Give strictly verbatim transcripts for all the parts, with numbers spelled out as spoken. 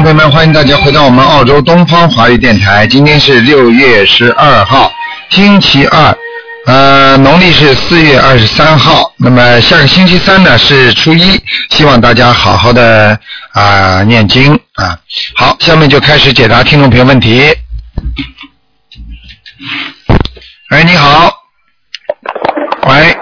朋友们，欢迎大家回到我们澳洲东方华语电台。今天是六月十二号，星期二，呃，农历是四月二十三号。那么下个星期三呢是初一，希望大家好好的啊、呃、念经啊。好，下面就开始解答听众朋友问题。喂，你好。喂。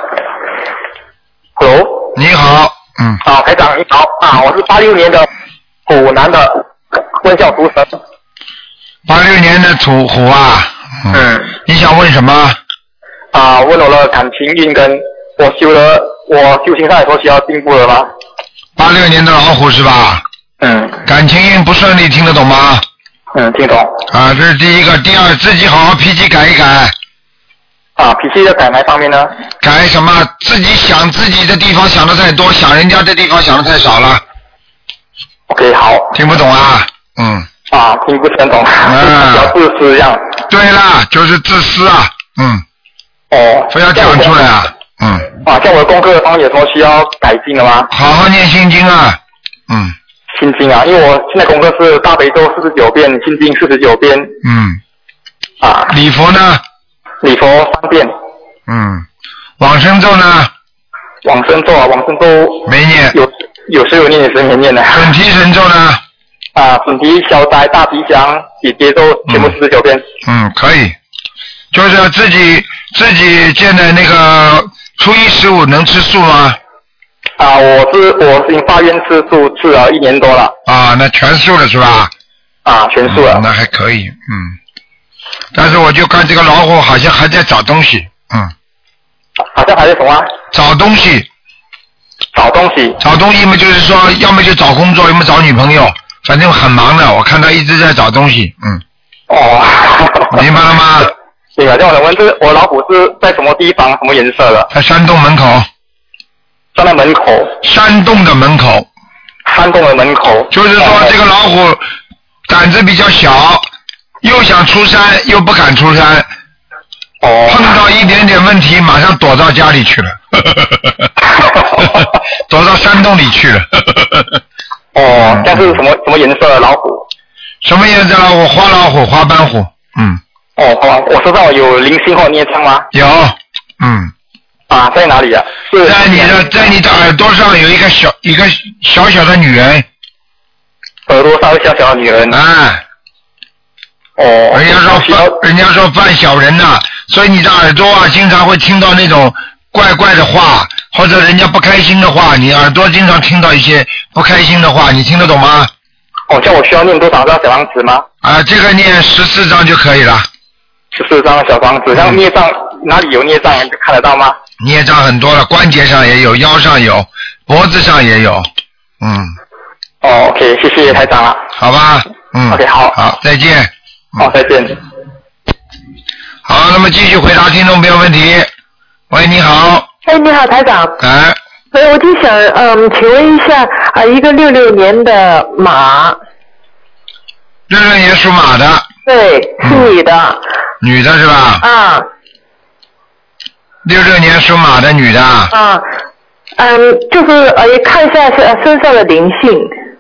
Hello。 你好。嗯。 啊，台长你好啊，我是八六年的虎男的，问小图神。 八六年的土虎啊。嗯。嗯你想问什么？ 啊，问我的感情运跟我修了，我修行上来说需要进步了吗？ 八六年的老虎是吧？ 嗯。 感情运不顺利，听得懂吗？ 嗯，听懂。 啊，这是第一个，第二，自己好好脾气改一改。 啊，脾气的改哪方面呢？ 改什么？自己想自己的地方想的太多，想人家的地方想的太少了。 OK， 好。 听不懂啊？嗯。 啊，听不很懂。啊。比较自私这样。 对啦，就是自私啊。嗯。 哦。 非要讲出来啊。嗯。 啊，像我的功课方面有什么需要改进的吗？ 好好念心经啊。嗯。 心经啊，因为我现在功课是大悲咒四十九遍，心经四十九遍。 嗯。 啊。 礼佛呢？ 礼佛三遍。 嗯。往生咒呢？ 往生咒啊，往生咒没念。 有有时有念，有时没念的。 准提神咒呢？ 啊，准提、消灾、大吉祥、解结咒全部四十九遍。 嗯，可以。就是自己自己现在那个初一十五能吃素吗？ 啊，我是我是发愿吃素吃了一年多了。 啊，那全素了是吧？ 啊，全素了。 嗯、那还可以，嗯。但是我就看这个老虎好像还在找东西，嗯。 好像还在什么？ 找东西。 找东西。 找东西嘛，就是说，要么就找工作，要么找女朋友，反正很忙的。我看他一直在找东西，嗯。 哦。 明白了吗？ 明白。这我问是，我老虎是在什么地方，什么颜色的？ 在山洞门口。 站在门口。 山洞的门口。 山洞的门口。 就是说，这个老虎胆子比较小，又想出山，又不敢出山。 哦。 碰到一点点问题，马上躲到家里去了。躲到山洞里去了。 哦，这是什么什么颜色的老虎？ 什么颜色老虎？花老虎，花斑虎。嗯。 哦，好，我身上有灵性或孽障吗？ 有。嗯。 啊，在哪里啊？是在你的在你的耳朵上有一个小一个小小的女人。 耳朵上有小小的女人。 哎。 哦。 人家说犯人家说犯小人呐、啊，所以你的耳朵啊，经常会听到那种怪怪的话，或者人家不开心的话，你耳朵经常听到一些不开心的话，你听得懂吗？ 哦，叫我需要念多少张小房子吗？ 啊，这个念十四张就可以了。 十四张小房子，像孽障、嗯、哪里有孽障看得到吗？ 孽障很多了，关节上也有，腰上有，脖子上也有，嗯。 哦 ，OK， 谢谢台长了。 好吧，嗯。 OK， 好。 好，再见。 好，再见。 好，那么继续回答听众朋友问题。喂，你好。 哎，你好，台长。 哎。 哎，我就想，嗯，请问一下，啊，一个六六年的马。 六六年属马的。 对，是女的。 嗯、女的是吧？ 啊。 六六年属马的女的。 啊。嗯，就是呃，看一下身上的灵性。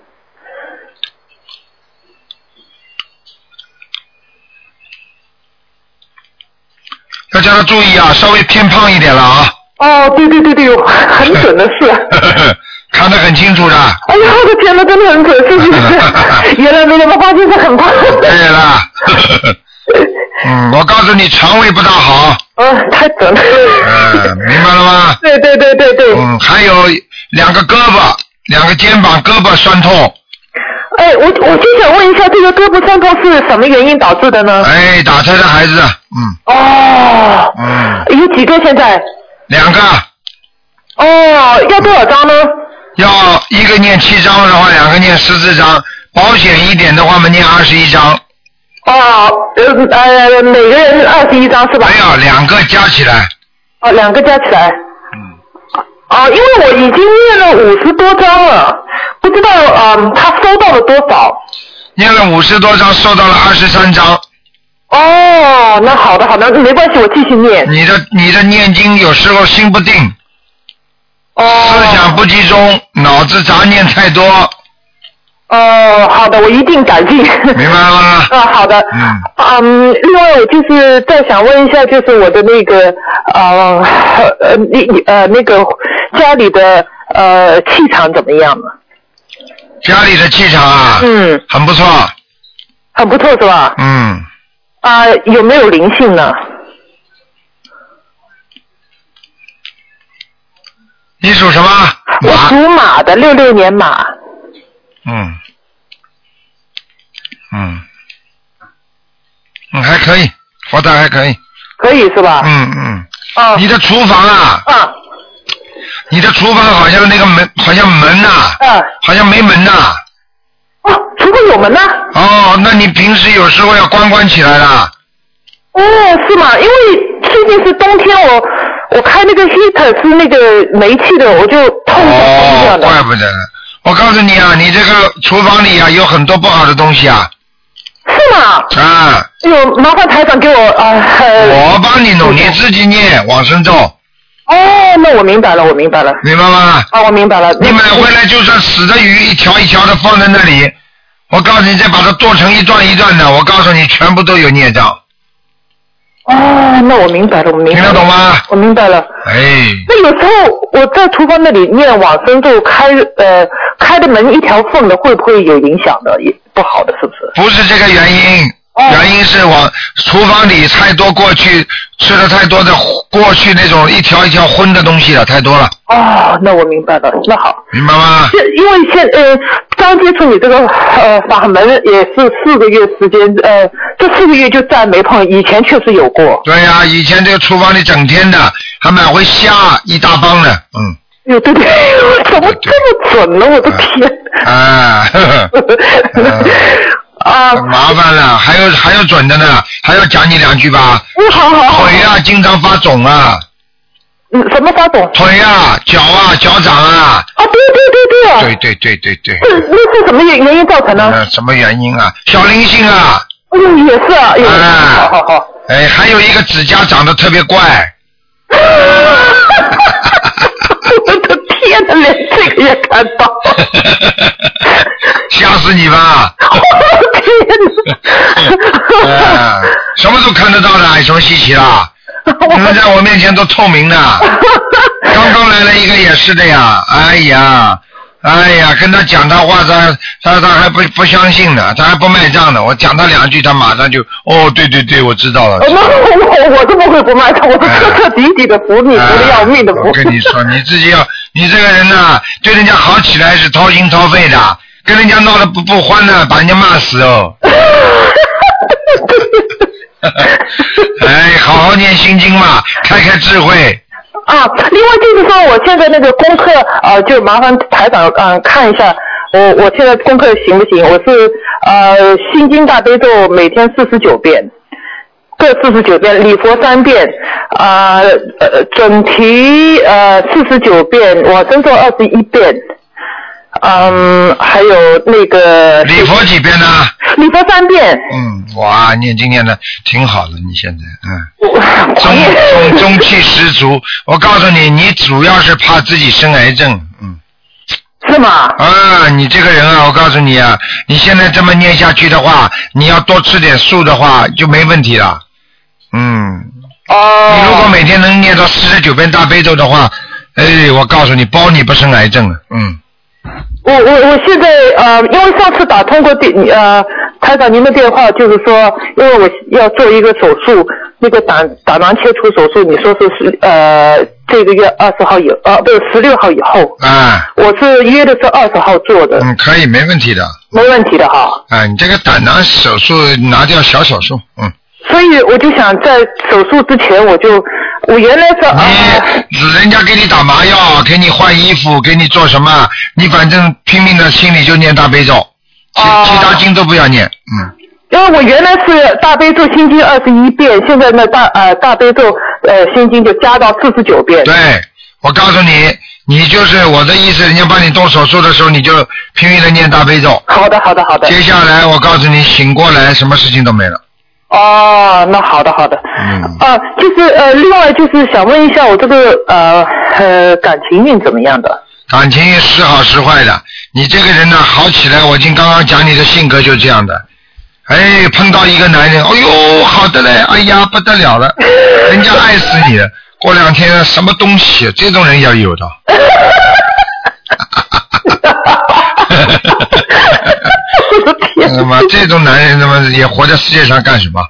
要叫他注意啊，稍微偏胖一点了啊。 哦，对对对对，很准的是。 看得很清楚的。 哎呀，我的天哪，真的很准，是不是？原来没怎么发现是很胖。 对了。嗯，我告诉你，肠胃不大好。 嗯，太准了。 嗯，明白了吗？ 对对对对对。 嗯，还有两个胳膊，两个肩膀、胳膊酸痛。 哎，我我就想问一下，这个胳膊酸痛是什么原因导致的呢？ 哎，打胎的孩子。嗯。 哦。 嗯。 有几个现在？ 两个。 哦，要多少张呢？ 要一个念七张的话，两个念十四张，保险一点的话，我们念二十一张。 哦，呃呃，每个人二十一张是吧？ 没有，两个加起来。 哦，两个加起来。 嗯。 哦，因为我已经念了五十多张了，不知道嗯他收到了多少。 念了五十多张，收到了二十三张。 哦，那好的好的，没关系，我继续念。 你的你的念经有时候心不定。 哦。 思想不集中，脑子杂念太多。 哦，好的，我一定改进。 明白了吗？ 啊，好的。 嗯。 嗯，另外我就是再想问一下，就是我的那个呃呃你呃那个家里的呃气场怎么样呢？ 家里的气场啊， 嗯， 很不错。 很不错是吧？ 嗯。 啊，有没有灵性呢？ 你属什么？ 我属马的，六六年马。 嗯。嗯。嗯，还可以，佛台还可以。 可以是吧？ 嗯嗯。 啊。 你的厨房啊。 啊。 你的厨房好像那个门，好像门呐、啊。 嗯。 好像没门呐、啊。 哦，厨房有门呐、啊。 哦，那你平时有时候要关关起来了。 哦，是吗？因为最近是冬天我，我我开那个 heater 是那个煤气的，我就透一下风这样的。 哦，怪不得呢。我告诉你啊，你这个厨房里啊有很多不好的东西啊。 是吗？ 啊。 哎呦，麻烦台长给我啊。呃、 我帮你弄，你自己念往生咒。 哦，那我明白了，我明白了。 明白吗？ 啊，我明白了。 你买回来就算死的鱼一条一条的放在那里，我告诉你，再把它剁成一段一段的，我告诉你，全部都有孽障。 哦，那我明白了，我明白了。 听得懂吗？ 我明白了。 哎。 那有时候我在厨房那里念往生咒，开呃开的门一条缝的，会不会有影响的？也不好的，是不是？ 不是这个原因。哦、原因是往厨房里太多过去吃了太多的过去那种一条一条荤的东西了，太多了。 哦，那我明白了，那好。 明白吗？ 因为现呃刚接触你这个呃法门也是四个月时间，呃这四个月就再没碰，以前确实有过。 对呀、啊，以前这个厨房里整天的还买回虾一大帮呢，嗯。 哟，对对，怎么这么准呢？我的天！ 啊。呵呵啊，麻烦了，还有还有准的呢，还要讲你两句吧。 嗯，好好好。 腿啊，经常发肿啊。 嗯，什么发肿？ 腿啊，脚啊，脚掌啊。 啊，对对对对啊。 对对对对对。 这那是什么原原因造成的？ 呃，什么原因啊？小灵性啊。 嗯，也是啊，也是。好好好。 哎，还有一个指甲长得特别怪。 我的天哪，连这个也看到。 吓死你吧！ 天哪！ 啊，什么都看得到的，有什么稀奇啦？你们在我面前都透明的。刚刚来了一个也是的呀，哎呀，哎呀，跟他讲他话，他他他还不不相信呢，他还不卖账呢。我讲他两句，他马上就哦，对对对，我知道了。 那我我怎么会不卖账？我是彻彻底底的服你，服的要命的服。 我跟你说，你自己要，你这个人呐、啊，对人家好起来是掏心掏肺的。跟人家闹得不不欢呢，把人家骂死哦。哎，好好念心经嘛，开开智慧。 啊，另外就是说，我现在那个功课呃，就麻烦台长嗯、呃、看一下，我我现在功课行不行？我是呃心经大悲咒每天四十九遍，各四十九遍，礼佛三遍，啊呃准提呃四十九遍，往生咒二十一遍。嗯，还有那个礼佛几遍呢？ 礼佛三遍。 嗯，哇，念经念的挺好的，你现在嗯，中中中气十足。我告诉你，你主要是怕自己生癌症，嗯。 是吗？ 啊，你这个人啊，我告诉你啊，你现在这么念下去的话，你要多吃点素的话，就没问题了。嗯。 哦。 你如果每天能念到四十九遍大悲咒的话，哎，我告诉你，包你不生癌症了，嗯。 我我我现在呃，因为上次打通过电呃台长您的电话，就是说，因为我要做一个手术，那个胆胆囊切除手术，你说是是呃这个月二十号以呃不是十六号以后。 啊。 我是约的是二十号做的。 嗯，可以，没问题的。 没问题的哈。 啊，你这个胆囊手术拿掉小手术，嗯。 所以我就想在手术之前我就。我原来是啊， 你人家给你打麻药，给你换衣服，给你做什么？你反正拼命的心里就念大悲咒，其、啊、其他经都不要念，嗯。 因为我原来是大悲咒心经二十一遍，现在呢大呃大悲咒呃心经就加到四十九遍。 对，我告诉你，你就是我的意思，人家帮你动手术的时候，你就拼命的念大悲咒。 好的，好的，好的。 接下来我告诉你，醒过来，什么事情都没了。 哦，那好的好的。 嗯。 啊，就是呃，另外就是想问一下，我这个呃呃感情运怎么样的？ 感情时好时坏的。你这个人呢，好起来，我已经刚刚讲你的性格就这样的。哎，碰到一个男人，哎呦，好的嘞，哎呀，不得了了，人家爱死你了。过两天什么东西，这种人要有的。那么这种男人，那么也活在世界上干什么？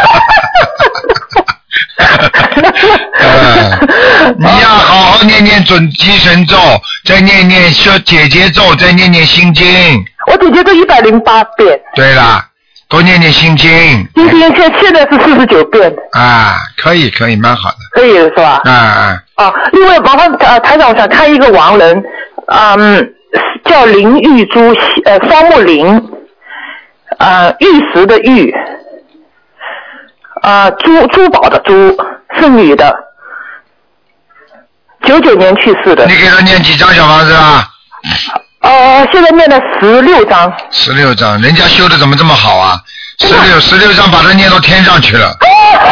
呃、你要好好念念准提神咒，再念念说姐姐咒，再念念心经。 我姐姐咒一百零八遍。 对了，多念念心经。 心经现现在是四十九遍。 啊，可以可以，蛮好的。 可以是吧？ 啊啊。 啊，另外麻烦呃台长，我想看一个亡人，嗯，叫林玉珠，呃，双木林，呃，玉石的玉。啊、呃，珠珠宝的珠，是女的，九九年去世的。 你给他念几张小房子啊？ 呃，现在念了十六张。 十六张，人家修的怎么这么好啊？十六十六张把他念到天上去了。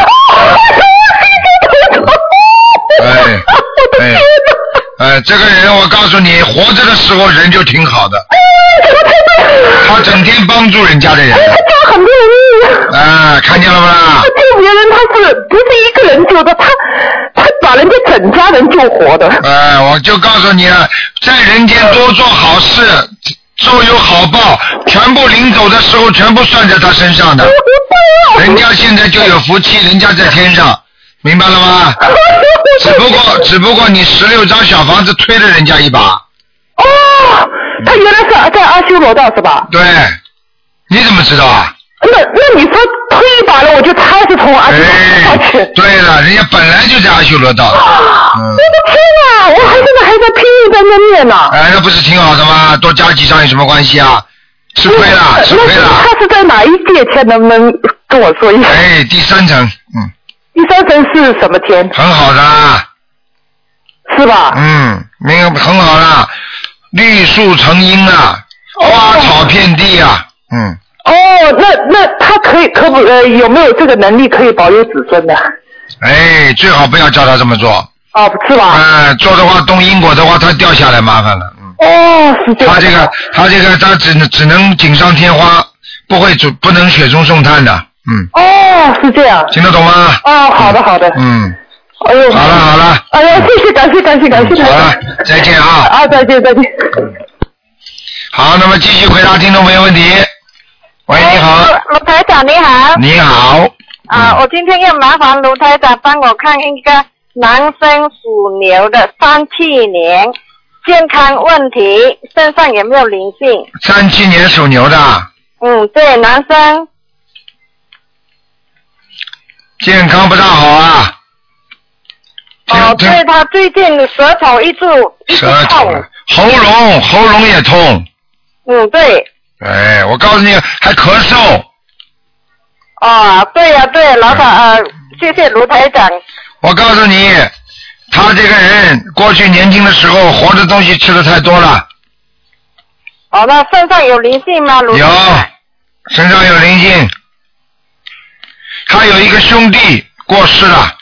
哎哎哎，这个人我告诉你，活着的时候人就挺好的。他整天帮助人家的人。 他很多人。 啊，看见了吗？ 他救别人，他是不是一个人救的？他他把人家整家人救活的。 哎，我就告诉你啊，在人间多做好事，都有好报，全部临走的时候全部算在他身上的。人家现在就有福气，人家在天上，明白了吗？只不过只不过你十六张小房子推了人家一把。 哦，他原来是在阿修罗道是吧？ 对，你怎么知道啊？ 那那你说推一把了，我就他是从阿修罗道去。 对了，人家本来就在阿修罗道。 嗯、我的天哪！我还现在还在拼命在那念呢。 哎，那不是挺好的吗？多加几张有什么关系啊？吃亏了，吃亏了。 他是在哪一界天？能不能跟我说一下？ 哎，第三层，嗯。 第三层是什么天？ 很好的。 是吧？ 嗯，没有很好啦，绿树成荫啊，花草遍地啊，嗯。 哦，那那他可以可不呃有没有这个能力可以保佑子孙的？ 哎，最好不要叫他这么做。 哦，是吧？ 嗯，做的话动因果的话，他掉下来麻烦了。嗯。 哦，是这样。 他这个他这个他只能只能锦上添花，不会主不能雪中送炭的。嗯。 哦，是这样。 听得懂吗？ 哦，好的好的。 嗯。 哎呦， 好了好了。 哎呀，谢谢，感谢感谢感谢。 好了，再见啊。 啊，再见再见。 好，那么继续回答听众朋友问题。喂，你好。 卢台长你好。 你好。 啊，我今天要麻烦卢台长帮我看一个男生属牛的，三七年健康问题，身上有没有灵性？ 三七年属牛的。 嗯，对，男生。 健康不大好啊。 哦，对，他最近舌头一直一直痛， 喉咙喉咙也痛。 嗯，对。 哎，我告诉你，还咳嗽。 哦，对呀、啊，对，老板啊、呃，谢谢卢台长。 我告诉你，他这个人过去年轻的时候活的东西吃的太多了。 哦，那身上有灵性吗？卢台长？ 有，身上有灵性。他有一个兄弟过世了。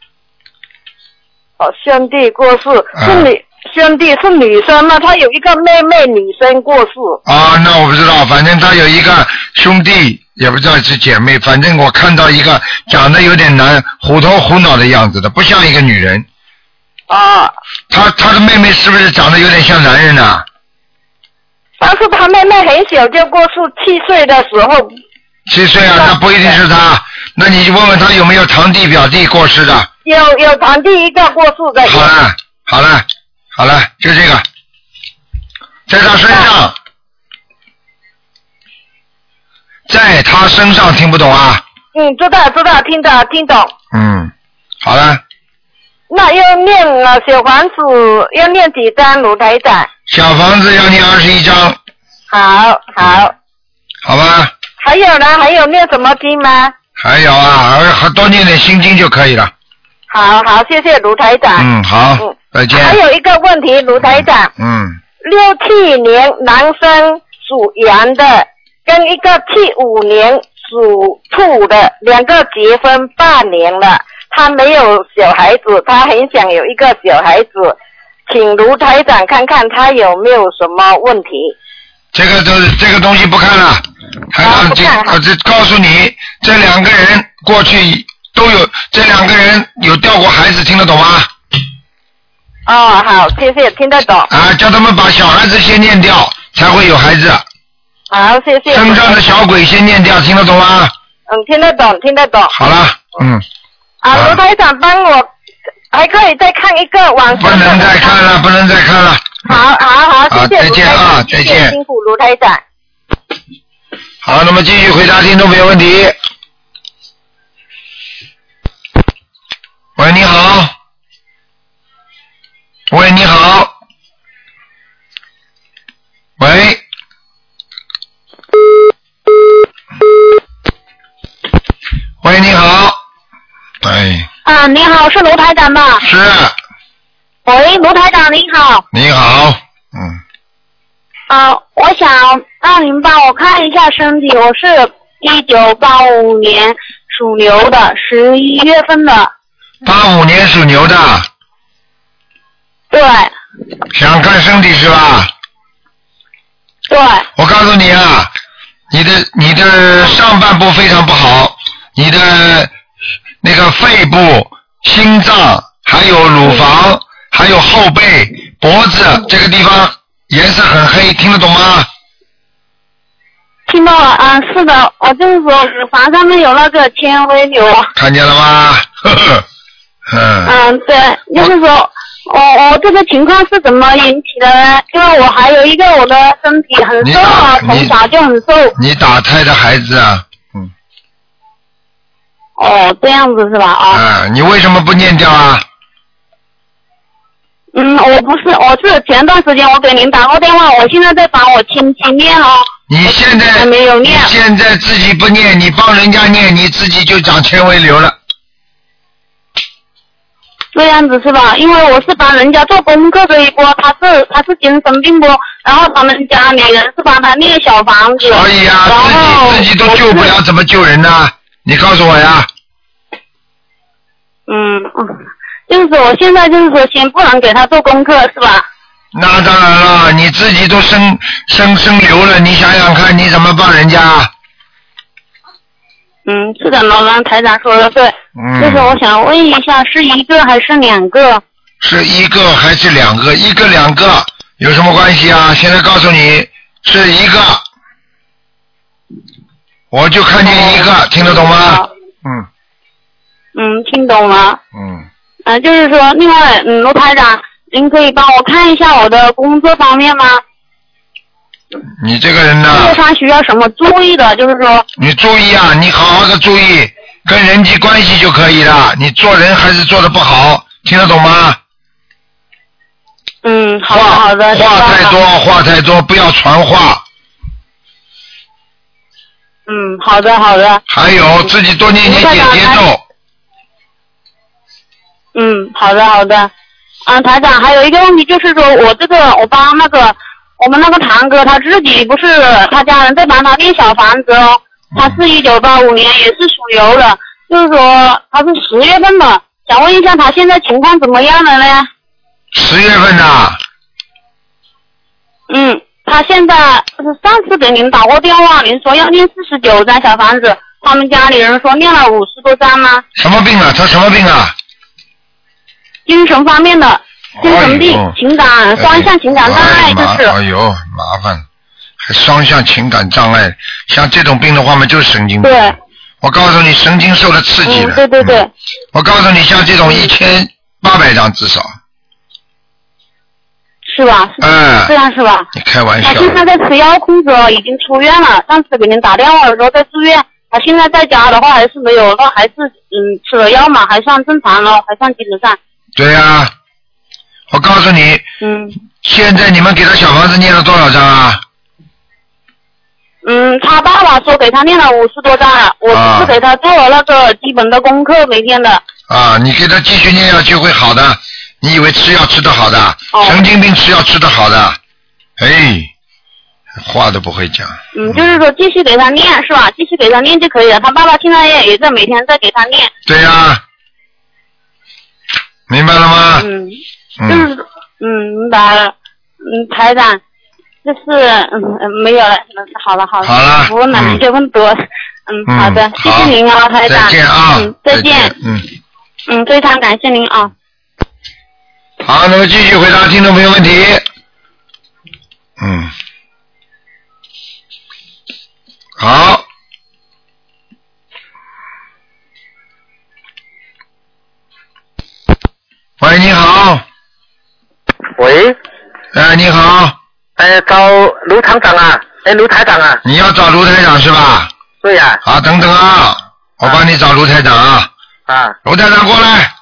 哦，兄弟过世是女、嗯、兄弟是女生吗？他有一个妹妹女生过世。 啊，那我不知道，反正他有一个兄弟，也不知道是姐妹，反正我看到一个长得有点难，虎头虎脑的样子的，不像一个女人。 啊。 他他的妹妹是不是长得有点像男人啊？ 但是他妹妹很小就过世，七岁的时候。 七岁啊，那不一定是他，那你就问问他有没有堂弟表弟过世的。 有有堂弟一个过世的。 好了好了好了，就这个，在他身上，在他身上听不懂啊？ 嗯，知道知道，听懂听懂。 嗯，好了。 那要念了小房子要念几张，卢台长？ 小房子要念二十一张。 好好。 好吧。 还有呢？还有念什么经吗？ 还有啊，还多念点心经就可以了。 好好，谢谢卢台长。 嗯，好，嗯、再见。 还有一个问题，卢台长。 嗯。 六七年男生属羊的，跟一个七五年属兔的，两个结婚八年了，他没有小孩子，他很想有一个小孩子， 请卢台长看看他有没有什么问题。 这个都这个东西不看了，台长这我这告诉你，这两个人过去都有，这两个人有掉过孩子，听得懂吗？ 哦，好，谢谢，听得懂。 啊，叫他们把小孩子先念掉，才会有孩子。 好，谢谢。 身上的小鬼先念掉，听得懂吗？ 嗯，听得懂，听得懂。 好了，嗯。 啊，卢台长帮我，还可以再看一个往生的。 不能再看了，不能再看了。 好，好，好，谢谢再见啊，再见。 辛苦卢台长。 好，那么继续回答听众朋友问题。喂，你好。喂，你好。喂。喂，你好。哎。 啊，你好，是卢台长吧？ 是。 喂，卢台长，你好。 你好，嗯。 啊，我想让您帮我看一下身体，我是一九八五年属牛的，十一月份的。 八五年属牛的。 对。 想看身体是吧？ 对。 我告诉你啊，你的你的上半部非常不好，你的那个肺部、心脏还有乳房。还有后背、脖子这个地方颜色很黑，听得懂吗？ 听到了啊，是的，我就是说乳房上面有那个纤维瘤。 看见了吗？呵呵，嗯。 嗯，对，就是说，我我这个情况是怎么引起的呢？因为我还有一个我的身体很瘦啊，从小就很瘦。 你打胎的孩子啊，嗯。 哦，这样子是吧？啊。 啊，你为什么不念掉啊？ 嗯，我不是，我是前段时间我给您打过电话，我现在在帮我亲戚念哦。 你现在还没有念。 你现在自己不念，你帮人家念，你自己就长纤维瘤了。 这样子是吧？因为我是帮人家做功课这一波，他是他是精神病波，然后他们家里人是帮他念小房子。 所以啊，自己自己都救不了，怎么救人呢？你告诉我呀。 嗯嗯。就是说，我现在就是说，先不能给他做功课，是吧？ 那当然了，你自己都生生生瘤了，你想想看，你怎么帮人家？ 嗯，是的，老张台长说的对。 嗯。 就是我想问一下，是一个还是两个？ 是一个还是两个？一个两个有什么关系啊？现在告诉你是一个，我就看见一个，哦、听得懂吗？嗯。 嗯，听懂了。 嗯。 呃，就是说，另外，嗯，卢台长，您可以帮我看一下我的工作方面吗？ 你这个人呢？ 工作上需要什么注意的？就是说。 你注意啊，你好好的注意，跟人际关系就可以了。你做人还是做的不好，听得懂吗？ 嗯，好的好的。 话太多，话太多，不要传话。 嗯，好的好的。 还有自己多念念姐姐咒。 嗯，好的好的。啊，台长，还有一个问题就是说，我这个我帮那个我们那个堂哥他自己不是他家人在帮他念小房子哦，他是一九八五年也是属牛的，就是说他是十月份的，想问一下他现在情况怎么样了呢？ 十月份的。 嗯，他现在是上次给您打过电话，您说要念四十九张小房子，他们家里人说念了五十多张吗？ 什么病啊？他什么病啊？ 精神方面的精神病，哎、情感双向情感障碍就是。 哎呦，麻烦，还双向情感障碍，像这种病的话嘛，就是神经病。 对。 我告诉你，神经受了刺激了。 嗯、对对对、嗯。 我告诉你，像这种一千八百张至少。 是吧？ 嗯。 这样是吧？ 你开玩笑。 他现在在吃药控制，已经出院了。上次给您打电话的时候在住院，他现在在家的话还是没有，那还是嗯吃了药嘛，还算正常了，还算精神上。 对呀、啊，我告诉你， 嗯， 现在你们给他小房子念了多少张啊？ 嗯，他爸爸说给他念了五十多张了，我只是给他做了那个基本的功课，每天的。 啊，你给他继续念下去会好的，你以为吃药吃得好的？哦、神经病吃药吃得好的，哎，话都不会讲。 嗯，就是说继续给他念是吧？继续给他念就可以了。他爸爸现在也在每天在给他念。 对呀、啊，明白了吗？ 嗯，就是嗯，明白了。嗯，台长，就是嗯没有了，好了好了， 好了， 不问了， 嗯、 就问多。嗯，好的，谢谢您啊，台长。 再见啊， 嗯，再见。 再见嗯嗯，非常感谢您啊。 好，那么继续回答听众朋友问题。嗯，好。喂，你好。 喂。 哎，你好。 哎，找卢厂长啊，哎，卢台长啊。 你要找卢台长是吧？ 对呀、 啊。好，等等啊，我帮你找卢台长啊。 啊。 卢台长过来。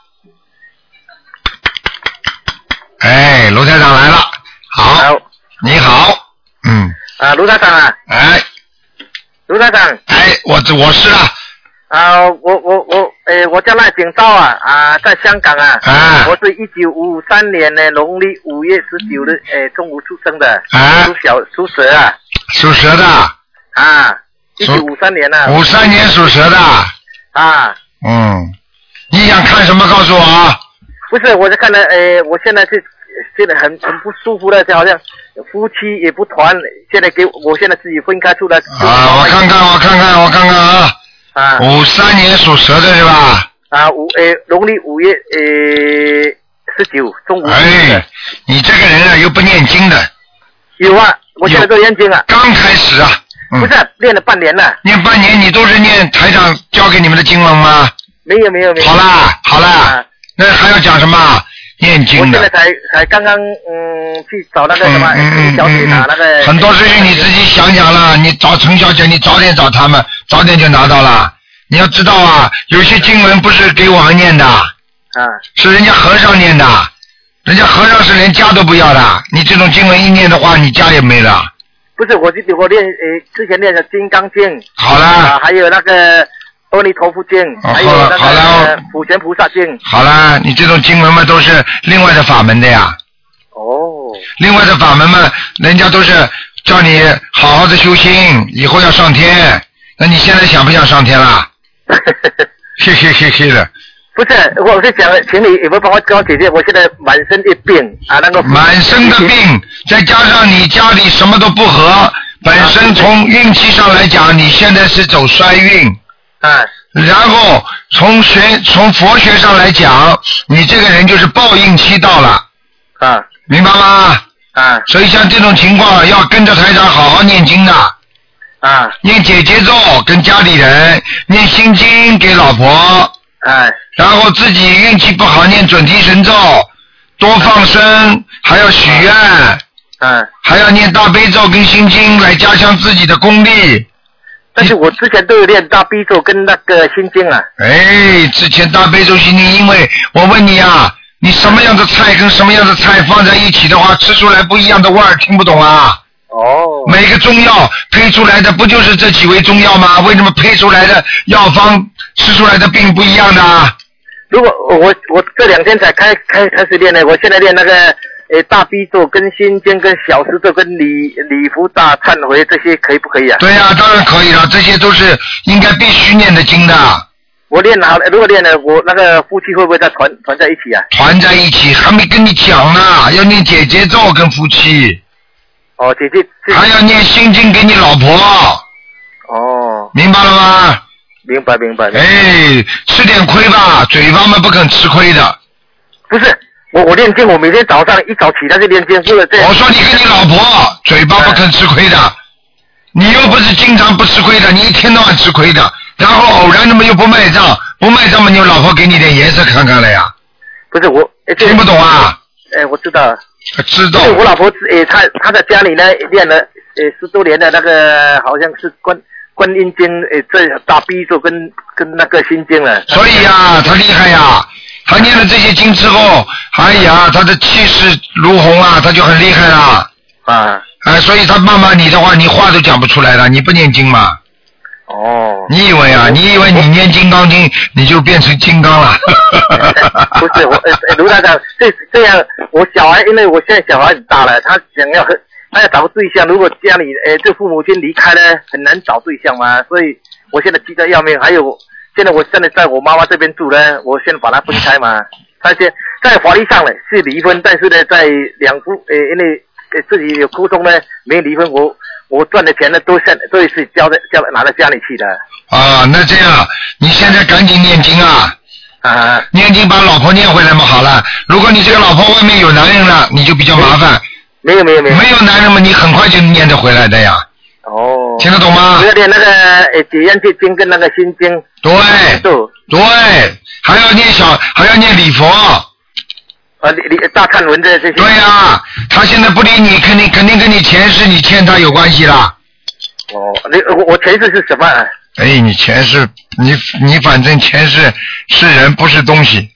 哎，卢台长来了。好。好你好。嗯。 啊，卢台长啊。 哎。 卢台长。 哎，我我是啊。 啊，我我我，诶，我叫赖景照啊，啊，在香港啊， 啊我是一九五三年的农历五月十九日，诶，中午出生的， 啊， 属小属蛇啊， 属蛇的， 啊，一九五三年呐、啊， 五三年属蛇的， 啊， 嗯，你想看什么？告诉我。 不是，我在看呢，诶，我现在是现在很很不舒服的，就好像夫妻也不团，现在给我现在自己分开出来。 啊，我看看，我看看，我看看啊。 啊， 五三年属蛇的是吧？ 啊，五诶，农历五月诶十九中午。 哎，你这个人啊，又不念经的。 有啊，我现在都念经啊。 刚开始啊。 嗯、不是，练了半年了。 念半年，你都是念台长教给你们的经文吗？ 没有，没有，没有。 好啦，好啦，啊、那还要讲什么？念经的。 我现在才才刚刚嗯去找那个什么陈小姐拿那个。 很多事情你自己想想了，你找陈小姐，你早点找他们。早点就拿到了，你要知道啊，有些经文不是给王念的，啊，是人家和尚念的，人家和尚是连家都不要的，你这种经文一念的话，你家也没了。 不是，我我练呃之前练的《金刚经》， 好了， 啊，还有那个《阿弥陀佛经》， 哦、 还有那个《普贤菩萨经》。 好了，你这种经文嘛，都是另外的法门的呀。 哦。 另外的法门嘛，人家都是叫你好好的修心，以后要上天。那你现在想不想上天啦？嘿嘿嘿嘿的。 不是，我是想请你有没有帮我跟我姐姐，我现在满身的病啊，那个满身的病，再加上你家里什么都不和，本身从运气上来讲，你现在是走衰运。 啊。 然后从学从佛学上来讲，你这个人就是报应期到了。 啊。 明白吗？ 啊。 所以像这种情况，要跟着台长好好念经的。 啊， 念姐姐咒跟家里人，念心经给老婆， 哎， 然后自己运气不好念准提神咒，多放生，还要许愿， 嗯， 还要念大悲咒跟心经来加强自己的功力。 但是我之前都有练大悲咒跟那个心经啊。 哎，之前大悲咒心经，因为我问你啊，你什么样的菜跟什么样的菜放在一起的话，吃出来不一样的味儿，听不懂啊？ 哦， 每个中药配出来的不就是这几味中药吗？为什么配出来的药方吃出来的病不一样的？ 如果我我这两天才开开开始练呢，我现在练那个诶大悲咒跟心经跟小石咒跟礼礼佛大忏悔这些可以不可以啊？ 对啊，当然可以了，这些都是应该必须念的经的。 我练好了，如果练了，我那个夫妻会不会再团团在一起啊？ 团在一起，还没跟你讲呢，要念姐姐咒跟夫妻。 哦，姐姐。 还要念心经给你老婆。 哦。 明白了吗？ 明白明白。明白哎，吃点亏吧，嘴巴嘛不肯吃亏的。 不是，我我练经，我每天早上一早起来就练经，不是这样。 我说你跟你老婆嘴巴不肯吃亏的，嗯、你又不是经常不吃亏的，你一天到晚吃亏的，然后偶然的嘛又不卖账，不卖账嘛你老婆给你点颜色看看了呀。 不是我。 听不懂啊？ 哎，我知道。 知道。 我老婆诶，她她在家里呢练了诶十多年的那个，好像是观观音经诶，这大悲咒跟跟那个心经了。 所以呀，她厉害呀，她念了这些经之后，哎呀，她的气势如虹啊，她就很厉害了。 啊。 哎，所以她骂骂你的话，你话都讲不出来了，你不念经嘛。 哦。 你以为啊？你以为你念金刚经，你就变成金刚了？ 不是我，呃，卢台长，这这样，我小孩，因为我现在小孩很大了，他想要和他要找个对象，如果家里呃这父母亲离开呢，很难找对象嘛，所以我现在急得要命。还有，现在我现在在我妈妈这边住呢，我现在把她分开嘛，她现在法律上呢是离婚，但是呢，在两夫呃因为呃自己有沟通呢，没有离婚，我我赚的钱呢都是都是交在交拿到家里去的。 啊，那这样，你现在赶紧念经啊！ 啊， 念经把老婆念回来嘛，好了。如果你这个老婆外面有男人了，你就比较麻烦。 没有没有没有。 没有男人嘛，你很快就念得回来的呀。 哦。 听得懂吗？ 有点那个呃解冤结经跟那个心经。 对。对，还要念小，还要念礼佛。 啊，礼礼大忏文的这些。 对呀、啊，他现在不理你，肯定肯定跟你前世你欠他有关系啦。 哦，你我我前世是什么、啊？ 哎，你前世你你反正前世是人不是东西。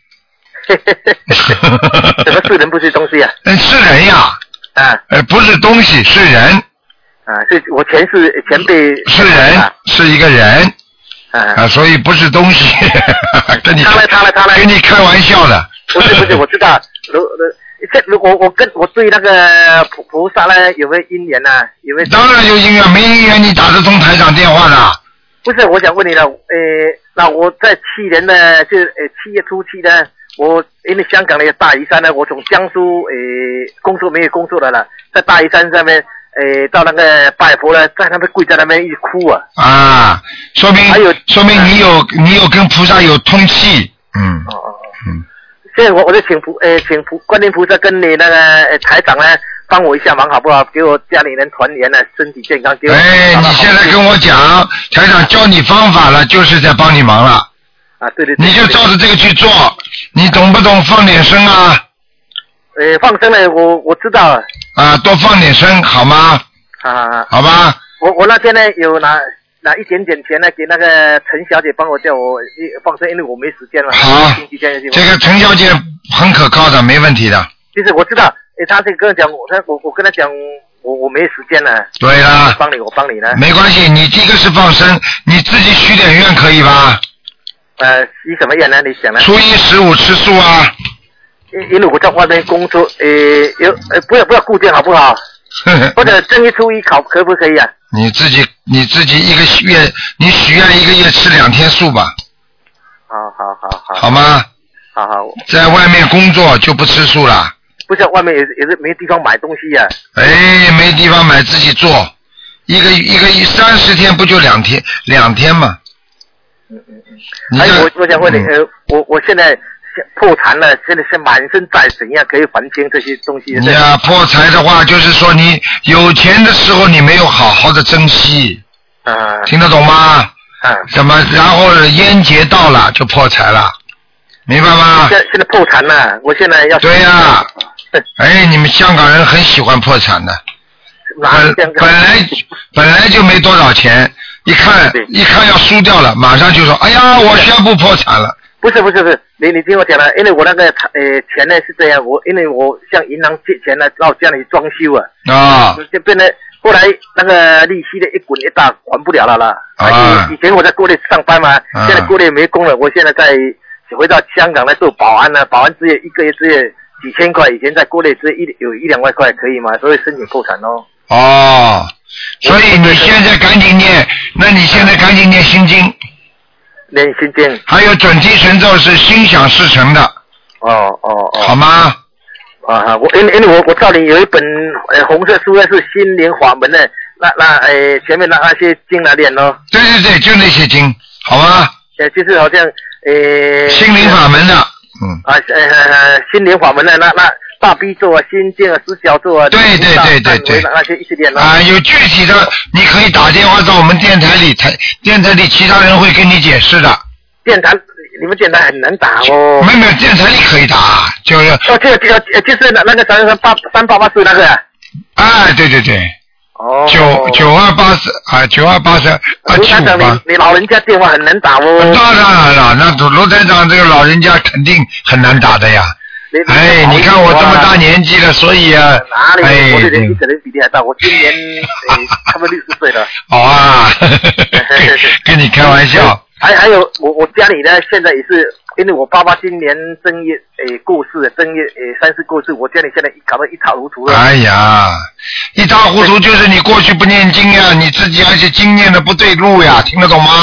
什么是人不是东西啊？ 嗯，是人呀。 啊。 呃，不是东西，是人。 啊，是我前世前辈。 是人，啊、是一个人。 啊, 啊，所以不是东西。跟你他来他来他来。 跟你开玩笑的。 不是不是，我知道。如这如果我跟我对那个菩菩萨呢有没有姻缘呢、啊？有没有？ 当然有姻缘，没姻缘你打得通台长电话的。 不是，我想问你了，呃，那我在去年呢，就呃七月初期呢，我因为香港的大屿山呢，我从江苏呃工作没有工作的了，在大屿山上面，呃到那个拜佛呢，在那边跪在那边一直哭啊。啊， 说明还有说明你有你有跟菩萨有通气，嗯。 哦哦嗯。现在我我就请菩呃请菩观音菩萨跟你那个、呃、台长呢。帮我一下忙好不好？给我家里人团圆呢，身体健康。给我哎，你现在跟我讲，台长教你方法了，就是在帮你忙了。 啊，对对对。 你就照着这个去做，你懂不懂放点声啊？ 呃，放生呢，我我知道。 啊，多放点声好吗？ 啊。 好吧。 我我那天呢有拿拿一点点钱呢给那个陈小姐帮我叫我放生，因为我没时间了。 好。这个陈小姐很可靠的，没问题的。 就是我知道。诶，他这个跟我讲，我他我我跟他讲，我我没时间了。 对啦。 我帮你，我帮你呢。 没关系，你这个是放生，你自己许点愿可以吧？ 呃，许什么愿呢？你想呢？ 初一十五吃素啊。 因因为我在外面工作，呃，有呃不要不要固定好不好？或者正月初一考可不可以啊？ 你自己你自己一个月，你许愿一个月吃两天素吧。 好好好好。 好吗？ 好好。 在外面工作就不吃素了。 不是外面也也是没地方买东西呀、啊。 哎，没地方买自己做，一个一个一三十天不就两天两天嘛？ 嗯嗯嗯。还有我我想问你，嗯、呃，我我现在破产了，现在是满身债，怎样可以还清这些东西？ 你呀，破财的话，就是说你有钱的时候你没有好好的珍惜。 啊。 听得懂吗？ 啊。 怎么？然后烟节到了就破财了，明白吗？ 现现在破产了，我现在要。 对呀、啊。哎，你们香港人很喜欢破产的，本本来本来就没多少钱，一看一看要输掉了，马上就说，哎呀，我宣布破产了。 不是不是不是，你你听我讲了，因为我那个呃钱呢是这样，我因为我向银行借钱呢，到家里装修啊， 啊， 就变得后来那个利息的一滚一大，还不了了啦。啊，以前我在国内上班嘛，啊、现在国内没工了，我现在在回到香港来做保安了，保安职业一个月职业。几千块，以前在国内只一有一两万块可以吗？所以申请破产哦。 哦，所以你现在赶紧念，那你现在赶紧念心经。 念心经。还有准提神咒是心想事成的。 哦哦哦。 好吗？ 啊，我因因为我我照你有一本呃红色书呢是心灵法门的，那那呃前面那那些经来念哦。 对对对，就那些经，好吗？ 呃，就是好像呃。 心灵法门的。嗯啊呃心灵法门的那那大悲咒啊心经啊十小咒啊对对对对对那些一起念啊有具体的你可以打电话到我们电台里台电台里其他人会跟你解释的。 电台你们电台很难打哦。 没有没有电台里可以打就是哦这个这个就是那那个三三八三八八四那个啊。 哎对对对。哦。九九二八四啊九二八三啊七五八。 你老人家电话很难打哦。 当然了，那罗台长这个老人家肯定很难打的呀。哎，你看我这么大年纪了，所以啊。 哪里？我这年纪可能比你还大，我今年呃差不多六十岁了。 好啊。跟你开玩笑。 还还有我我家里呢，现在也是。因为我爸爸今年正月诶过世，正月诶三十过世，我家里现在搞得一塌糊涂了。 哎呀，一塌糊涂就是你过去不念经呀，你自己而且经念的不对路呀，听得懂吗？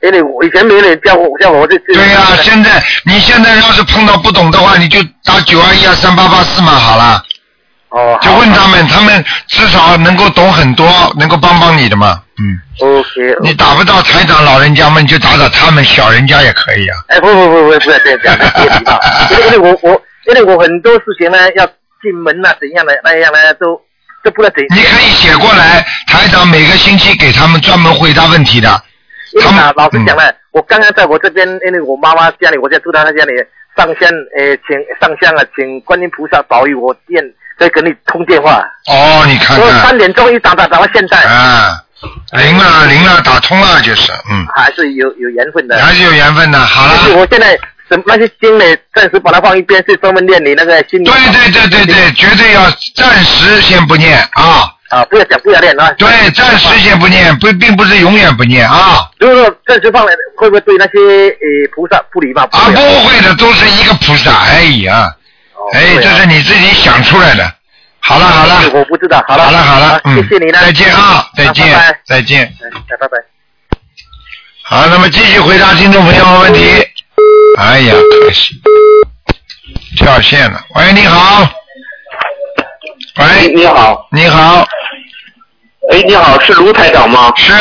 因为我以前没人教我，教我就对呀、啊，现在你现在要是碰到不懂的话，你就打九二一二三八八四嘛，好了。 哦。 就问他们，他们至少能够懂很多，能够帮帮你的嘛，嗯。 OK。 你打不到台长老人家们，就打打他们小人家也可以啊。 哎，不不不不，不要这样讲，别礼貌。因为因为我我因为我很多事情呢要进门啊怎样的那样呢都都不知道怎。 你可以写过来，台长每个星期给他们专门回答问题的。 因为老老实讲呢、嗯，我刚刚在我这边，因为我妈妈家里，我在住她家里上香，呃，请上香啊，请观音菩萨保佑我电，可以跟你通电话。 哦，你看看。 我三点钟一打打打到现在。 啊，灵了灵了，打通了就是，嗯。 还是有有缘分的。 还是有缘分的，好了。 就是我现在那些经呢，暂时把它放一边，是专门念你那个心。 对对对对对，绝对要暂时先不念啊。 啊，不要讲，不要念啊！ 对，暂时先不念，不，并不是永远不念啊。 如果说暂时放来，会不会对那些呃菩萨不礼貌？ 啊，不会的，都是一个菩萨。哎呀，哦、哎，这是你自己想出来的。好了好了， 我不知道。好了好了好了， 嗯，谢谢你了， 再见啊，再见， 拜拜再见， 拜拜拜。 好，那么继续回答听众朋友们问题。哎呀，可惜跳线了。喂，你好。喂， 你好， 你好， 哎，你好，是卢台长吗？ 是，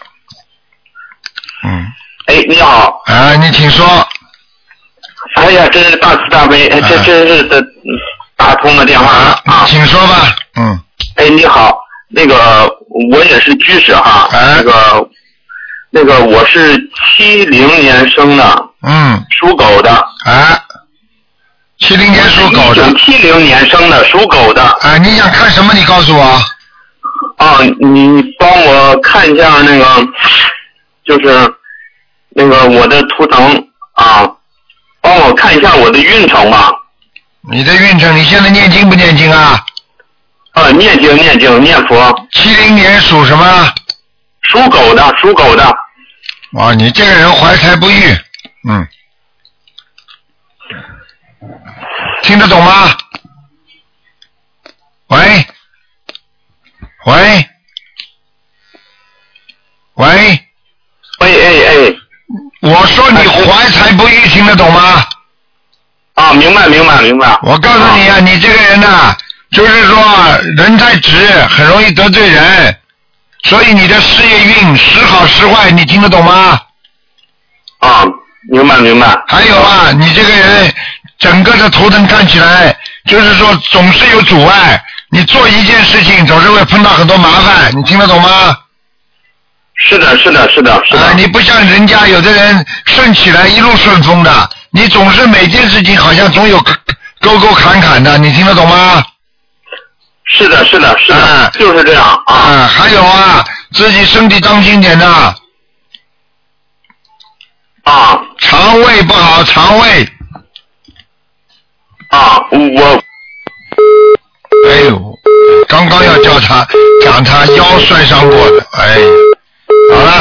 嗯， 哎，你好， 啊，你请说。 哎呀，真是大慈大悲，啊、这真是的打通了电话啊，啊请说吧，嗯。 哎，你好，那个我也是居士哈， 啊、 那个那个我是七零年生的， 嗯， 属狗的， 啊。七零年属狗的， 七零年生的属狗的。 啊，你想看什么？你告诉我。 啊，你帮我看一下那个，就是那个我的图腾啊，帮我看一下我的运程吧。 你的运程，你现在念经不念经啊？ 啊，念经念经念佛。 七零年属什么？ 属狗的，属狗的。 哇，你这个人怀才不遇，嗯。听得懂吗？喂喂喂喂哎哎， 我说你怀才不遇，听得懂吗？ 啊，明白明白明白。 我告诉你啊，啊你这个人呐、啊，就是说人太直，很容易得罪人，所以你的事业运时好时坏，你听得懂吗？ 啊，明白明白。 还有啊，你这个人。整个的图腾看起来就是说总是有阻碍，你做一件事情总是会碰到很多麻烦，你听得懂吗？ 是的是的是的是的、 啊、你不像人家有的人顺起来一路顺风的，你总是每件事情好像总有沟沟坎坎的，你听得懂吗？ 是的是的是的、啊、就是这样啊、 啊还有啊，自己身体当心点的啊， 肠胃不好，肠胃啊，我， 哎呦，刚刚要叫他讲他腰摔伤过的，哎，好了，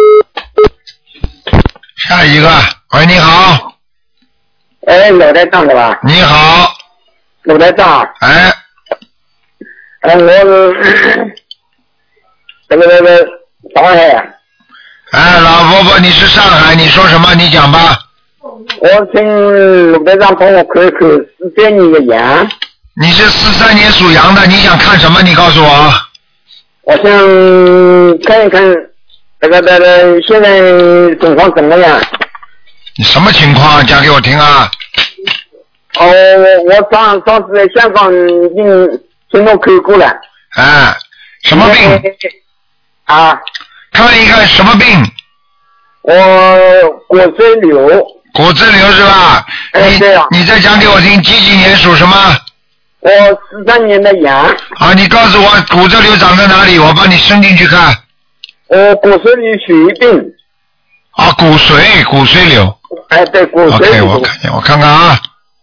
下一个，喂，你好， 哎，老台长的吧？ 你好， 老台长， 哎， 哎，我那个那个上海， 哎，老伯伯，你是上海，你说什么？你讲吧。 我请卢台长帮我看看四三年的羊。 你是四三年属羊的，你想看什么？你告诉我。 我想看一看这个这个现在情况怎么样？ 你什么情况？讲给我听啊。 哦，我上上次在香港已经听到看过了。 哎，什么病？ 啊。 看一看什么病？ 我骨髓瘤。 骨质瘤是吧？ 哎，对啊。 你再讲给我听，几几年属什么？ 我四三年的羊。 好，你告诉我骨质瘤长在哪里，我帮你伸进去看。 我骨髓里血病。 啊，骨髓，骨髓瘤。 哎，对，骨髓瘤。 OK， 我看见，我看看啊。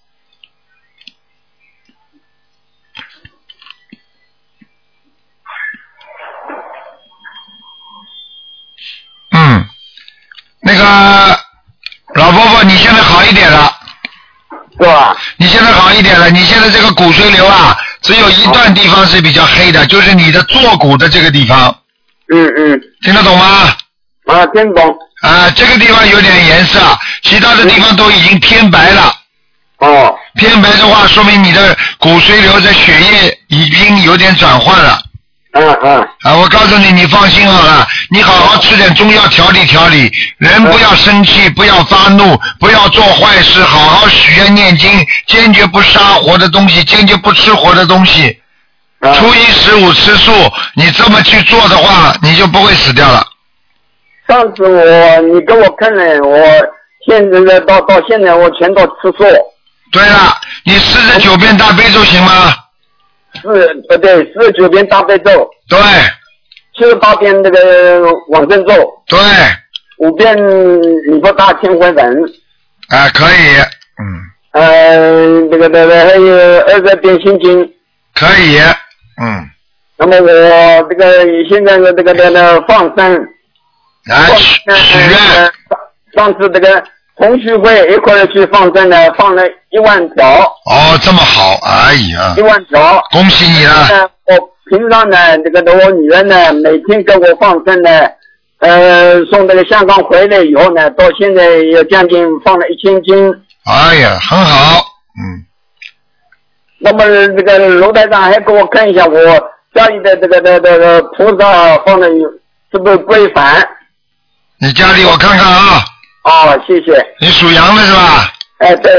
嗯，那个。老伯伯，你现在好一点了， 是吧？ 你现在好一点了，你现在这个骨髓瘤啊，只有一段地方是比较黑的，就是你的坐骨的这个地方。 嗯嗯。 听得懂吗？ 啊，听懂。 啊，这个地方有点颜色，其他的地方都已经偏白了。 哦。 偏白的话，说明你的骨髓流的血液已经有点转换了。 嗯嗯。 啊，我告诉你，你放心好了，你好好吃点中药调理调理，人不要生气，不要发怒，不要做坏事，好好许愿念经，坚决不杀活的东西，坚决不吃活的东西。初一十五吃素，你这么去做的话，你就不会死掉了。 上次我你给我看了，我现在到到现在我全都吃素。 对了，你四十九遍大悲咒行吗？ 四呃对，四十九遍大悲咒。 对。 七十八遍那个往生咒。 对。 五遍礼佛大忏悔文。 啊，可以。嗯。 呃，这个这个还有二十遍心经。 可以。嗯。 那么我这个现在的这个这个放生。 啊，许许愿。 上次这个同学会一块儿去放生呢，放了一万条。 哦，这么好，哎呀！ 一万条。 恭喜你了。 呃、我平常呢，这个我女儿呢，每天给我放生呢，呃，从这个香港回来以后呢，到现在也将近放了一千斤。 哎呀，很好，嗯。 那么这个卢台长还给我看一下，我家里的这个这个这个菩萨放的是不是规范？ 你家里我看看啊。 哦，谢谢。 你属羊的是吧？ 哎，对。